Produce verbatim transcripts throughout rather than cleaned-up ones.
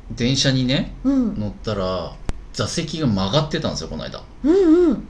電車にね、 うん、 乗ったら座席が曲がってたんですよこの間。 うんうん。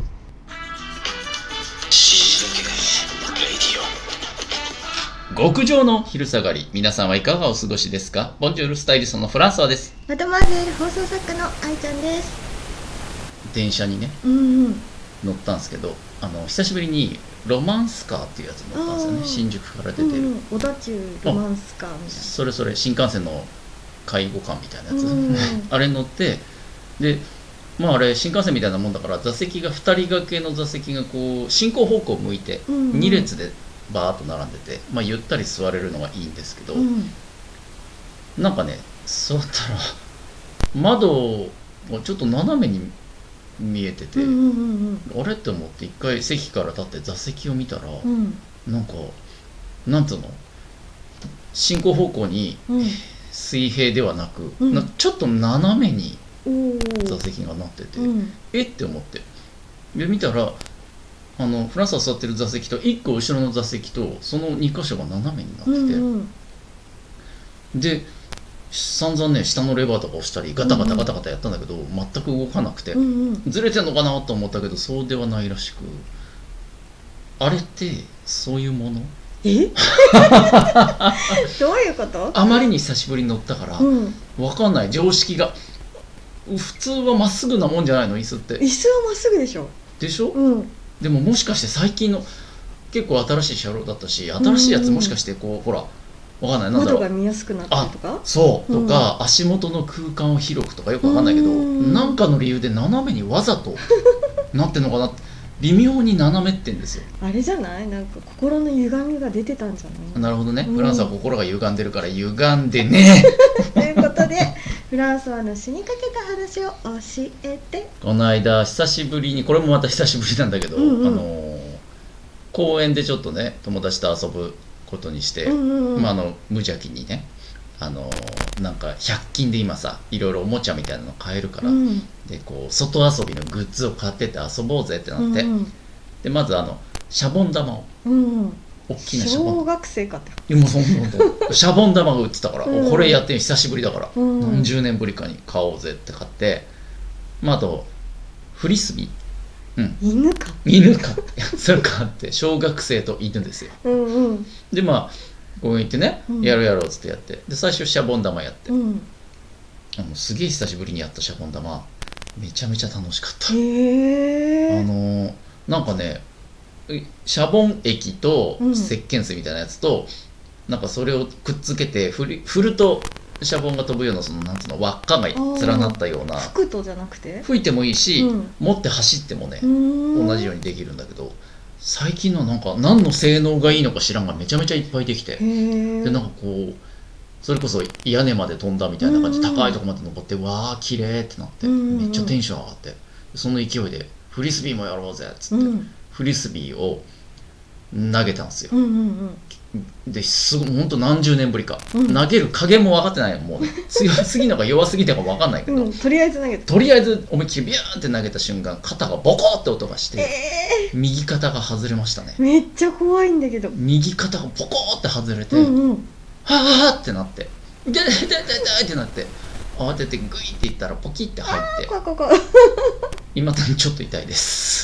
極上の昼下がり、皆さんはいかがお過ごしですか。ボンジュールスタイリストのフランソワです。 マドマーゼル放送作家の愛ちゃんです。 電車にねうんうん。 乗ったんですけど、あの久しぶりにロマンスカーっていうやつに乗ったんですよね。 あー新宿から出てる、 うんうん、小田急ロマンスカーみたいな。 それそれ新幹線の介護官みたいなやつ、 うんあれに乗って、でまああれ新幹線みたいなもんだから座席がふたり掛けの座席がこう進行方向を向いてうんうんに列でバーッと並んでて、まあ、ゆったり座れるのがいいんですけど、 うんなんかね座ったら窓がちょっと斜めに見えてて、 うんうんうんあれって思って一回席から立って座席を見たら、 うんなんかなんつうの進行方向にうん。 水平ではなく、 うんなちょっと斜めにおお。 座席がなってて、 うんえって思ってで見たらあのフランスは座ってる座席といっこ後ろの座席とそのに箇所が斜めになってて、 うんうんで散々ね下のレバーとか押したりガタガタガタガタやったんだけど、全く動かなくて、 うんうんずれてんのかなと思ったけどそうではないらしく、あれってそういうものえどういうこと？ あまりに久しぶりに乗ったから、 うん。 わかんない常識が普通はまっすぐなもんじゃないの椅子って椅子はまっすぐでしょ。 でしょ、 うんでももしかして最近の結構新しい車両だったし新しいやつもしかしてこうほらわかんないなんだろう窓が見やすくなったりとか。 そううんとか、足元の空間を広くとかよくわかんないけど、 うんなんかの理由で斜めにわざとなってんのかなって微妙に斜めってんですよ。 あれじゃない？なんか心の歪みが出てたんじゃない？ なるほどね、 うんフランスは心が歪んでるから歪んでねということでフランスはの死にかけた話を教えて。 この間久しぶりにこれもまた久しぶりなんだけど、 うんうんあのー公園でちょっとね友達と遊ぶことにして、 うんうんうん。 まあ、あの無邪気にねあのーなんかひゃく均で今さいろいろおもちゃみたいなの買えるから、 うんでこう外遊びのグッズを買ってって遊ぼうぜってなって、 うんでまずあのシャボン玉をうんうん。 大きなシャボン小学生かって。 いやもうそんなことシャボン玉が売ってたから、 うんこれやってみ久しぶりだから、 うん何十年ぶりかに買おうぜって買って、まあ、あとフリスビー、うん、 犬か。 犬買ってそれ買って小学生と犬ですよ。 うんうんでまあ公園行ってね、 うんやろうやろうっつってやってで最初シャボン玉やって、 うん。 あのすげえ久しぶりにやったシャボン玉めちゃめちゃ楽しかった。 へえ。 あのーなんかねシャボン液とうん石鹸水みたいなやつと、なんかそれをくっつけて振り振るとシャボンが飛ぶようなそのなんつうの輪っかが連なったような、 吹くとじゃなくて。 吹いてもいいし、 うん持って走ってもね、 同同じようにできるんだけど、最近のなんか何の性能がいいのか知らんがめちゃめちゃいっぱいできて、 へえ。 でなんかこうそれこそ屋根まで飛んだみたいな感じでうん高いとこまで登って、わー綺麗ってなって、 うんめっちゃテンション上がって、その勢いでフリスビーもやろうぜっつって、 うんフリスビーを投げたんですよ。 うんうんですごいほんと何十年ぶりか、 うん投げる加減も分かってないよもうね強すぎのか弱すぎたか分かんないけど、 うんうん。とりあえず投げた。 とりあえず思いっきりビューンって投げた瞬間肩がボコって音がして、 え右肩が外れましたね。 ー、めっちゃ怖いんだけど。 右肩がボコって外れて、 うんうん。 はぁーってなって「痛い痛い痛い痛い」ってなって慌ててグイっていったらポキって入って怖い怖い怖い。 今たにちょっと痛いです。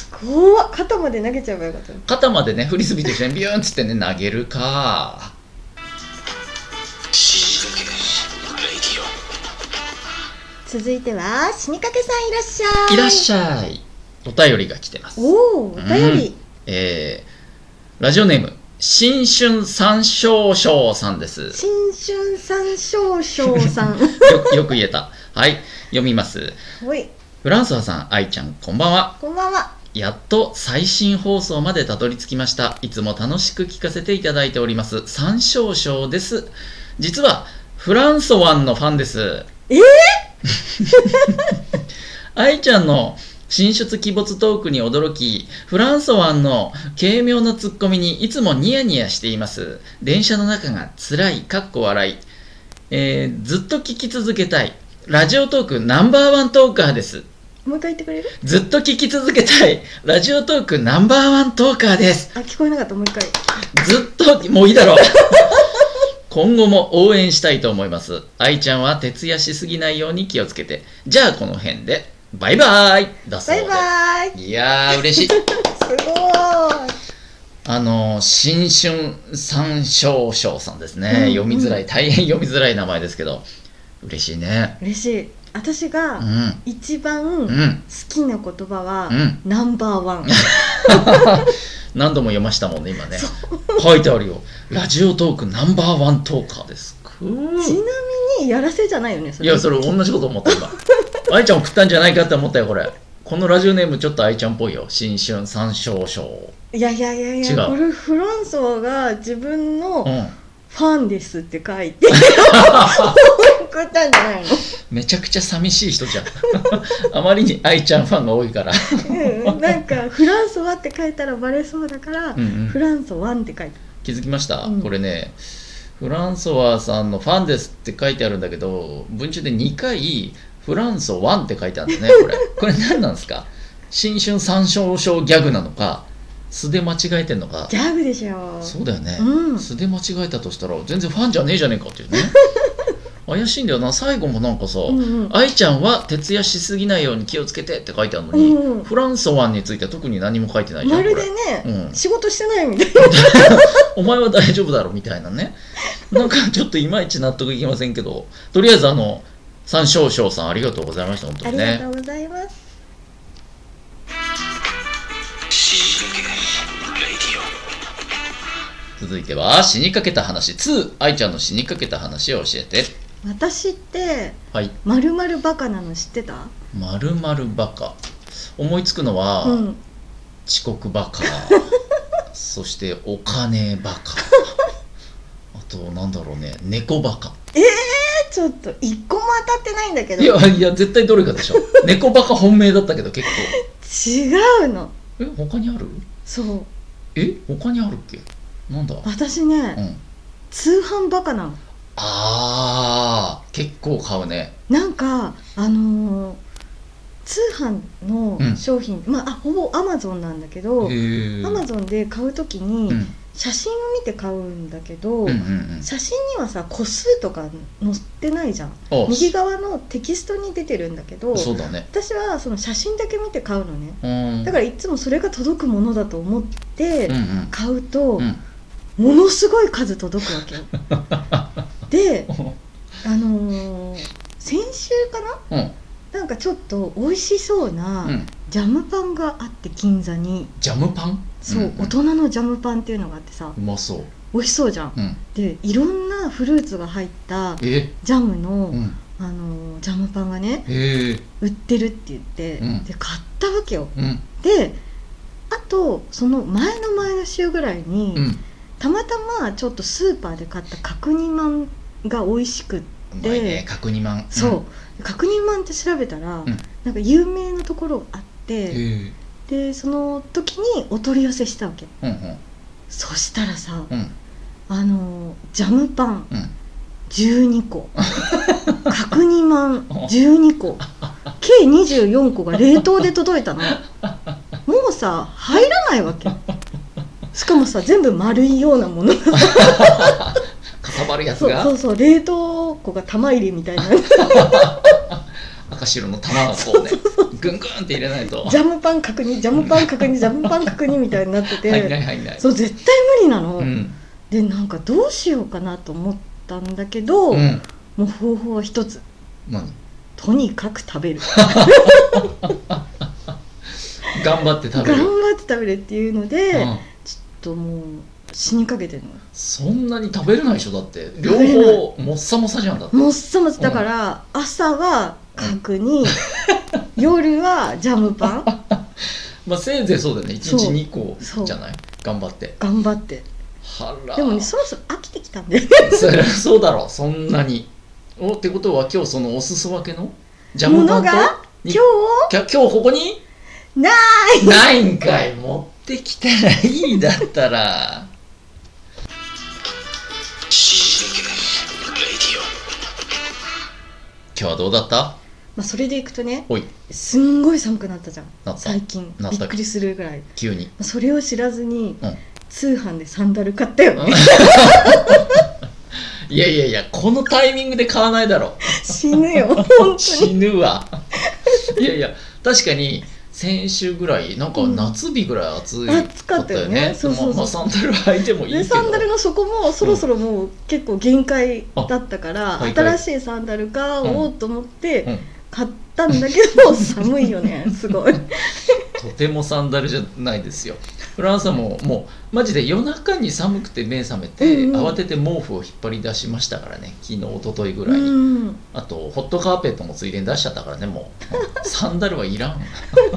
怖っ。肩まで投げちゃえばよかった。 肩までねフリスビーと一緒にビューンっつってね投げるか。 続いては死にかけさんいらっしゃい。 いらっしゃい。お便りが来てます。 おお、お便り。 えー、ラジオネーム新春三少将さんです。 新春三少将さん。 よよく言えた。はい、読みます。 ほい。 フランソワさん、愛ちゃん、こんばんは。 こんばんは。 やっと最新放送までたどり着きました。いつも楽しく聞かせていただいております。三少将です。実はフランソワンのファンです。 えー、 愛ちゃんの進出鬼没トークに驚き、フランソワンの軽妙なツッコミにいつもニヤニヤしています。電車の中が辛い、かっこ笑い。えー、ずっと聞き続けたい。ラジオトークナンバーワントーカーです。 もう一回言ってくれる？ ずっと聞き続けたい。ラジオトークナンバーワントーカーです。 あ、聞こえなかった。もう一回。 ずっと、もういいだろう。 今後も応援したいと思います。愛ちゃんは徹夜しすぎないように気をつけて。じゃあこの辺でバイバイだそうで。 バイバイ。 いやー嬉しい。 すごい。 あの新春三笑賞さんですね、 うんうん、 読みづらい、大変読みづらい名前ですけど嬉しいね。 嬉しい。私が一番好きな言葉は、うん、ナンバーワン。 何度も読ましたもんね今ね。書いてあるよ。ラジオトークナンバーワントーカーです。 ちなみにやらせじゃないよねそれ。 いやそれ同じこと思った今。愛ちゃん送ったんじゃないかって思ったよこれ。このラジオネームちょっと愛ちゃんっぽいよ。新春三笑賞。 いやいやいやいや、これフランソワが自分のファンですって書いて、うん、送ったんじゃないの。 めちゃくちゃ寂しい人じゃん。あまりに愛ちゃんファンが多いから。 うん、なんかフランソワって書いたらバレそうだから、うん、うん、フランソワンって書いて。 気づきました、うん、これねフランソワさんのファンですって書いてあるんだけど文中でにかいフランソワンって書いてあるんですね。これこれ何なんですか。新春三笑賞ギャグなのか素で間違えてんのか。 ギャグでしょ。 そうだよね、 うん、 素で間違えたとしたら全然ファンじゃねえじゃねえかっていうね。怪しいんだよな。最後もなんかさ、うんうん、愛ちゃんは徹夜しすぎないように気をつけてって書いてあるのに、うんうん、フランソワンについては特に何も書いてないじゃん。 まるでね、うん、仕事してないみたいな。 お前は大丈夫だろみたいなね。なんかちょっといまいち納得いきませんけど、とりあえずあの三笑賞さんありがとうございました。本当にね。 ありがとうございます。 続いては死にかけた話に。愛ちゃんの死にかけた話を教えて。 私ってはいまるまるバカなの知ってた？ まるまるバカ、思いつくのは、うん、遅刻バカそしてお金バカあとなんだろうね、猫バカ。 えー、ちょっと一個も当たってないんだけど。 いやいや絶対どれかでしょ。猫バカ本命だったけど結構違うの。 え他にある？ そう。 え他にあるっけ？なんだ私ね、うん、通販バカなの。 あー結構買うね。 なんかあのー、通販の商品、うん、まあほぼアマゾンなんだけど、アマゾンで買うときに写真を見て買うんだけど、うんうんうん、写真にはさ個数とか載ってないじゃん。右側のテキストに出てるんだけど、 そうだね、 私はその写真だけ見て買うのね。だからいつもそれが届くものだと思って買うと、うんうんものすごい数届くわけよ。で、あのー、先週かな、うん、なんかちょっと美味しそうなジャムパンがあって、銀座に。 ジャムパン？ そう、うんうん、大人のジャムパンっていうのがあってさ、 うまそう、 美味しそうじゃん、うん、でいろんなフルーツが入ったジャムの、うん、あのー、ジャムパンがね売ってるって言って、うん、で買ったわけよ、うん、であとその前の前の週ぐらいに、うんたまたまちょっとスーパーで買った角煮まんが美味しくって。うまいね角煮まん。そう、うん、角煮まんって調べたら、うん、なんか有名なところがあって、でその時にお取り寄せしたわけ、うんうん、そしたらさ、うん、あのジャムパン、うん、じゅうにこ角煮まんじゅうにこ計にじゅうよんこが冷凍で届いたの。もうさ入らないわけ。しかもさ全部丸いようなものかさばるやつが。 そうそうそう、冷凍庫が玉入りみたいな赤白の玉がこうねぐんぐんって入れないと。 ジャムパン角煮ジャムパン角煮ジャムパン角煮みたいになってて入んない入んない。 そう絶対無理なの、うん、でなんかどうしようかなと思ったんだけど、うん、もう方法は一つ。 何？ とにかく食べる頑張って食べる頑張って食べるっていうので、うんともう死にかけてるの。 そんなに食べれないでしょ。だって両方もっさもさじゃん。だってもっさもさだから、うん、朝は角煮、うん、夜はジャムパンまあせいぜいそうだよねいちにちにこじゃない。頑張って頑張ってはら。 でもねそろそろ飽きてきたんでそりゃそうだろうそんなに。おってことは今日そのお裾分けのジャムパンとものが今日今日ここにないないんかい。持ってきたらいいだったら今日はどうだった？ まあそれでいくとね、 おいすんごい寒くなったじゃん。 なった最近なったびっくりするぐらい急に。 それを知らずに、うん、通販でサンダル買ったよねいやいやいや、このタイミングで買わないだろ。 死ぬよ本当に。 死ぬわ。いやいや、確かに先週ぐらいなんか夏日ぐらい暑いかったよね。そうそうそう、 まあ、サンダル履いてもいいけど、 サンダルの底もそろそろもう結構限界だったから、うん、新しいサンダル買おうと思って買ったんだけど、うん、寒いよねすごい。 とてもサンダルじゃないですよ。フランスはもう、もうマジで夜中に寒くて目覚めて、うんうん、慌てて毛布を引っ張り出しましたからね、昨日一昨日ぐらいに、うん、あとホットカーペットもついでに出しちゃったからね、もうサンダルはいらん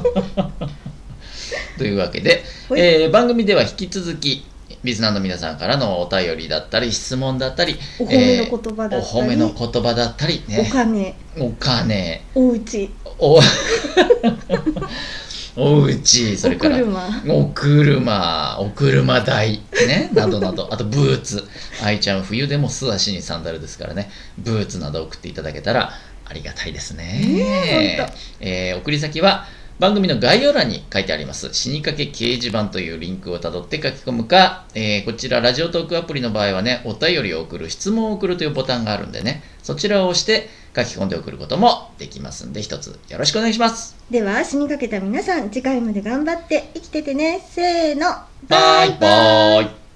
というわけで、えー、番組では引き続きリスナーの皆さんからのお便りだったり質問だったり、 お褒めの言葉だったり、 えー、お褒めの言葉だったり、ね、 お金お金おうちおおうち、それからお車お車代ねなどなど、あとブーツ、愛ちゃん冬でも素足にサンダルですからね、ブーツなど送っていただけたらありがたいですね。えー、送り先は番組の概要欄に書いてあります死にかけ掲示板というリンクをたどって書き込むか、えー、こちらラジオトークアプリの場合はね、お便りを送る、質問を送るというボタンがあるんでね、そちらを押して書き込んで送ることもできますんで、一つよろしくお願いします。 では死にかけた皆さん、次回まで頑張って生きててね。せーの、 バイバイ。